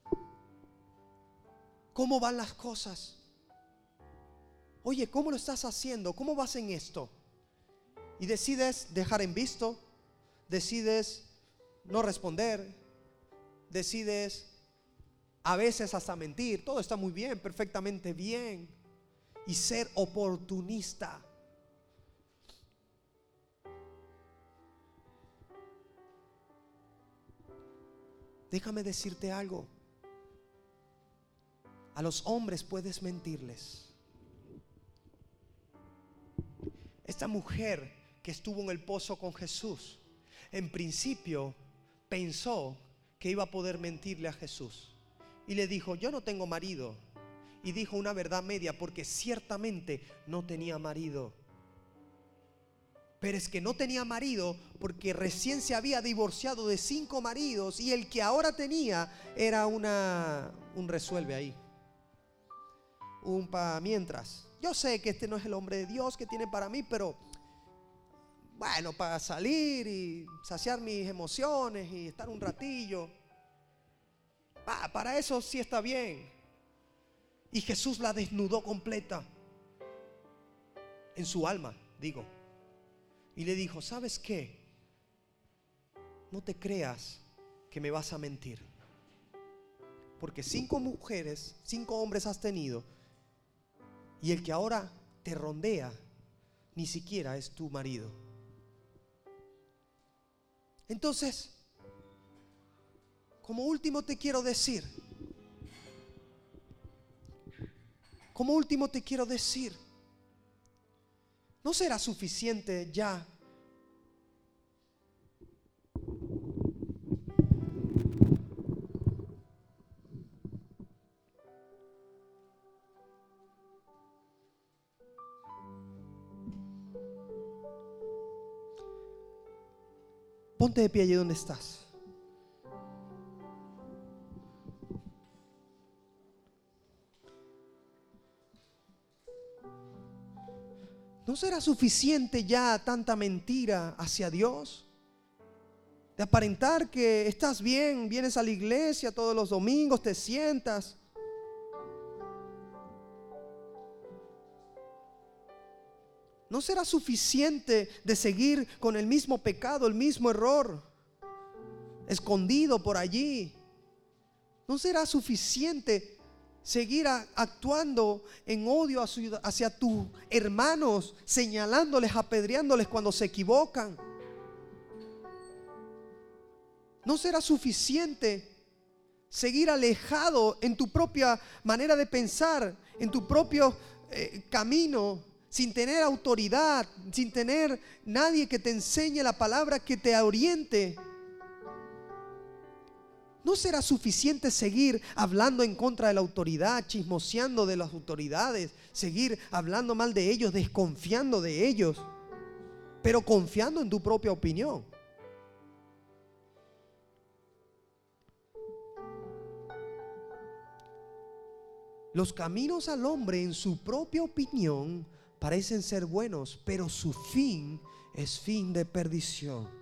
cómo van las cosas? Oye, ¿cómo lo estás haciendo? ¿Cómo vas en esto? Y decides dejar en visto, decides no responder, decides a veces hasta mentir. Todo está muy bien, perfectamente bien. Y ser oportunista. Déjame decirte algo. A los hombres puedes mentirles. Esta mujer que estuvo en el pozo con Jesús, en principio pensó que iba a poder mentirle a Jesús. Y le dijo: yo no tengo marido. Y dijo una verdad media, porque ciertamente no tenía marido. Pero es que no tenía marido porque recién se había divorciado de 5 maridos, y el que ahora tenía era un resuelve ahí, un pa' mientras. Yo sé que este no es el hombre de Dios que tiene para mí, pero bueno, para salir y saciar mis emociones y estar un ratillo, para eso sí está bien. Y Jesús la desnudó completa en su alma, digo. Y le dijo: ¿sabes qué? No te creas que me vas a mentir, porque 5 mujeres, 5 hombres has tenido, y el que ahora te rondea ni siquiera es tu marido. Entonces, como último te quiero decir, ¿no será suficiente ya ponte de pie allí donde estás? ¿No será suficiente ya tanta mentira hacia Dios? De aparentar que estás bien, vienes a la iglesia todos los domingos, te sientas, No será suficiente de seguir con el mismo pecado, el mismo error, escondido por allí. No será suficiente seguir actuando en odio hacia tus hermanos, señalándoles, apedreándoles cuando se equivocan. No será suficiente seguir alejado en tu propia manera de pensar, en tu propio camino, sin tener autoridad, sin tener nadie que te enseñe la palabra, que te oriente. No será suficiente seguir hablando en contra de la autoridad, chismoseando de las autoridades, seguir hablando mal de ellos, desconfiando de ellos, pero confiando en tu propia opinión. Los caminos al hombre en su propia opinión parecen ser buenos, pero su fin es fin de perdición.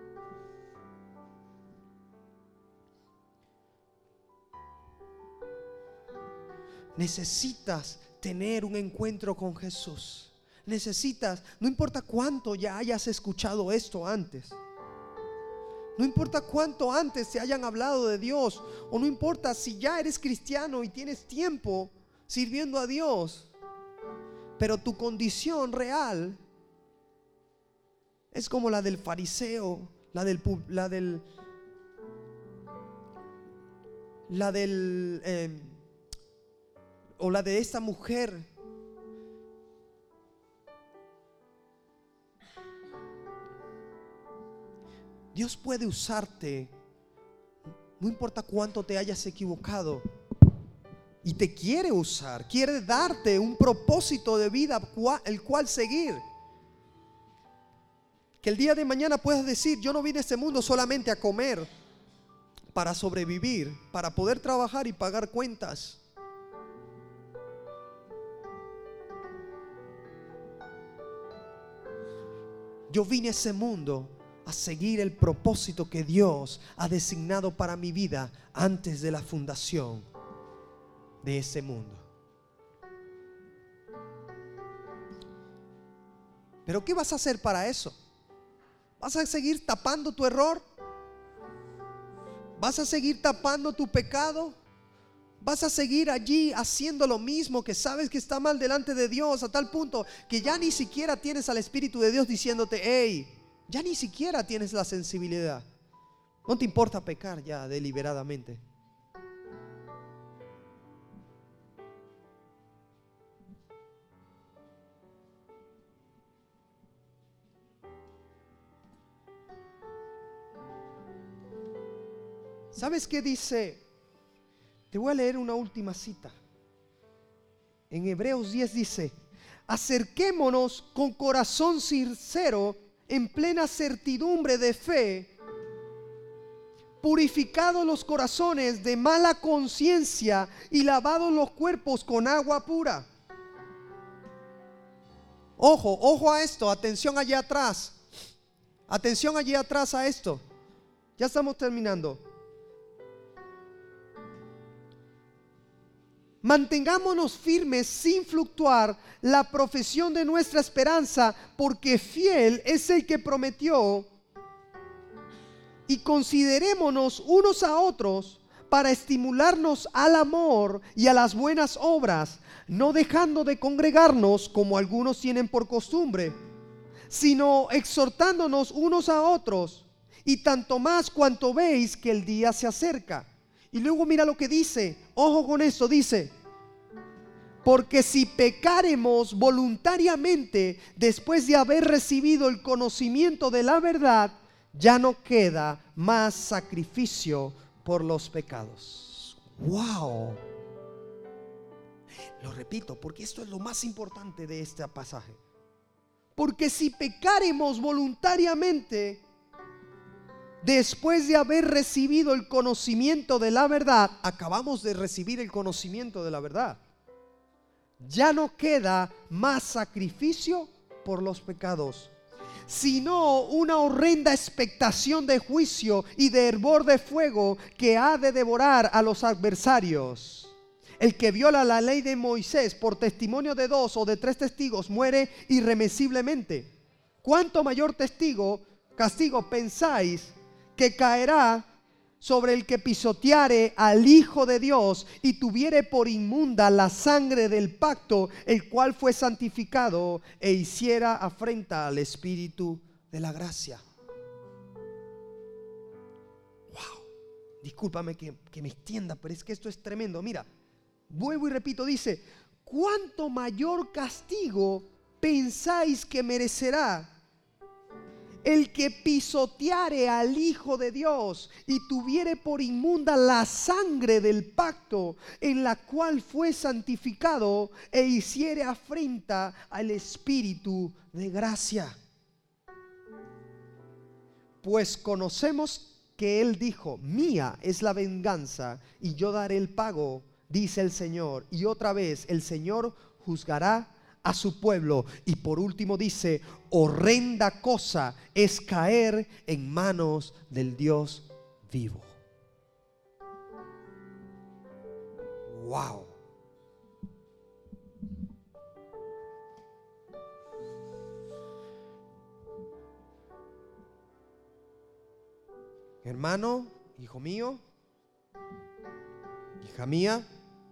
Necesitas tener un encuentro con Jesús. Necesitas, no importa cuánto ya hayas escuchado esto antes, no importa cuánto antes te hayan hablado de Dios, o no importa si ya eres cristiano y tienes tiempo sirviendo a Dios, pero tu condición real es como la del fariseo, la de esta mujer. Dios puede usarte, no importa cuánto te hayas equivocado, y te quiere usar, quiere darte un propósito de vida el cual seguir. Que el día de mañana puedas decir: yo no vine a este mundo solamente a comer, para sobrevivir, para poder trabajar y pagar cuentas. Yo vine a ese mundo a seguir el propósito que Dios ha designado para mi vida antes de la fundación de ese mundo. Pero ¿qué vas a hacer para eso? ¿Vas a seguir tapando tu error? ¿Vas a seguir tapando tu pecado? ¿Vas a seguir allí haciendo lo mismo que sabes que está mal delante de Dios, a tal punto que ya ni siquiera tienes al Espíritu de Dios diciéndote: hey, ya ni siquiera tienes la sensibilidad? No te importa pecar ya deliberadamente. ¿Sabes qué dice? Te voy a leer una última cita. En Hebreos 10 dice: acerquémonos con corazón sincero, en plena certidumbre de fe, purificados los corazones de mala conciencia y lavados los cuerpos con agua pura. Ojo a esto, atención allí atrás. Atención allí atrás a esto. Ya estamos terminando. Mantengámonos firmes sin fluctuar la profesión de nuestra esperanza, porque fiel es el que prometió. Y considerémonos unos a otros para estimularnos al amor y a las buenas obras, no dejando de congregarnos como algunos tienen por costumbre, sino exhortándonos unos a otros, y tanto más cuanto veis que el día se acerca. Y luego mira lo que dice, ojo con esto, dice: porque si pecaremos voluntariamente después de haber recibido el conocimiento de la verdad, ya no queda más sacrificio por los pecados. ¡Wow! Lo repito, porque esto es lo más importante de este pasaje. Porque si pecaremos voluntariamente después de haber recibido el conocimiento de la verdad, acabamos de recibir el conocimiento de la verdad, ya no queda más sacrificio por los pecados, sino una horrenda expectación de juicio y de hervor de fuego que ha de devorar a los adversarios. El que viola la ley de Moisés por testimonio de 2 o de 3 testigos muere irremisiblemente. ¿Cuánto mayor castigo pensáis que caerá sobre el que pisoteare al Hijo de Dios y tuviere por inmunda la sangre del pacto, el cual fue santificado, e hiciera afrenta al Espíritu de la gracia? Wow, discúlpame que me extienda, pero es que esto es tremendo. Mira, vuelvo y repito, dice: ¿cuánto mayor castigo pensáis que merecerá el que pisoteare al Hijo de Dios y tuviere por inmunda la sangre del pacto, en la cual fue santificado, e hiciere afrenta al Espíritu de gracia? Pues conocemos que Él dijo: mía es la venganza y yo daré el pago, dice el Señor. Y otra vez el Señor juzgará a su pueblo. Y por último dice: horrenda cosa es caer en manos del Dios vivo. Wow. Hermano, hijo mío, hija mía,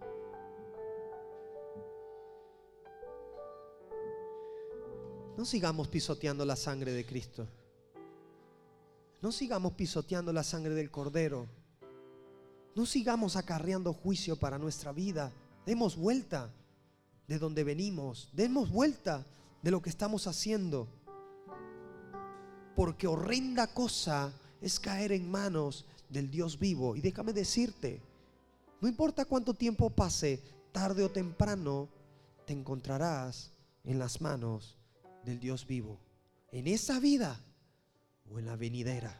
no sigamos pisoteando la sangre de Cristo. No sigamos pisoteando la sangre del Cordero. No sigamos acarreando juicio para nuestra vida. Demos vuelta de donde venimos. Demos vuelta de lo que estamos haciendo. Porque horrenda cosa es caer en manos del Dios vivo. Y déjame decirte, no importa cuánto tiempo pase, tarde o temprano te encontrarás en las manos del Dios vivo, en esa vida o en la venidera.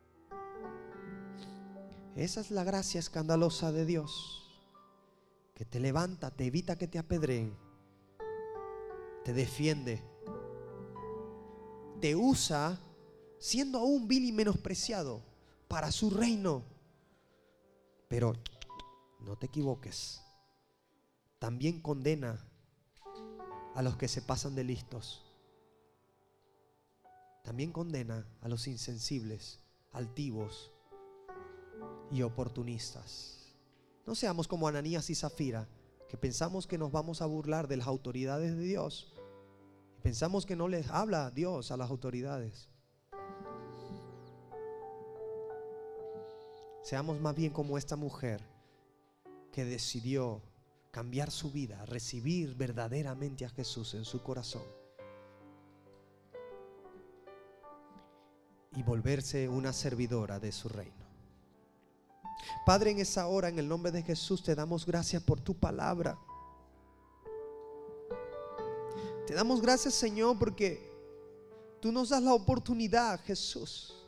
Esa es la gracia escandalosa de Dios, que te levanta, te evita que te apedreen, te defiende, te usa siendo aún vil y menospreciado para su reino. Pero no te equivoques, también condena a los que se pasan de listos. También condena a los insensibles, altivos y oportunistas. No seamos como Ananías y Zafira, que pensamos que nos vamos a burlar de las autoridades de Dios. Pensamos que no les habla Dios a las autoridades. Seamos más bien como esta mujer que decidió cambiar su vida, recibir verdaderamente a Jesús en su corazón y volverse una servidora de su reino. Padre, en esa hora, en el nombre de Jesús, te damos gracias por tu palabra. Te damos gracias, Señor, porque tú nos das la oportunidad, Jesús,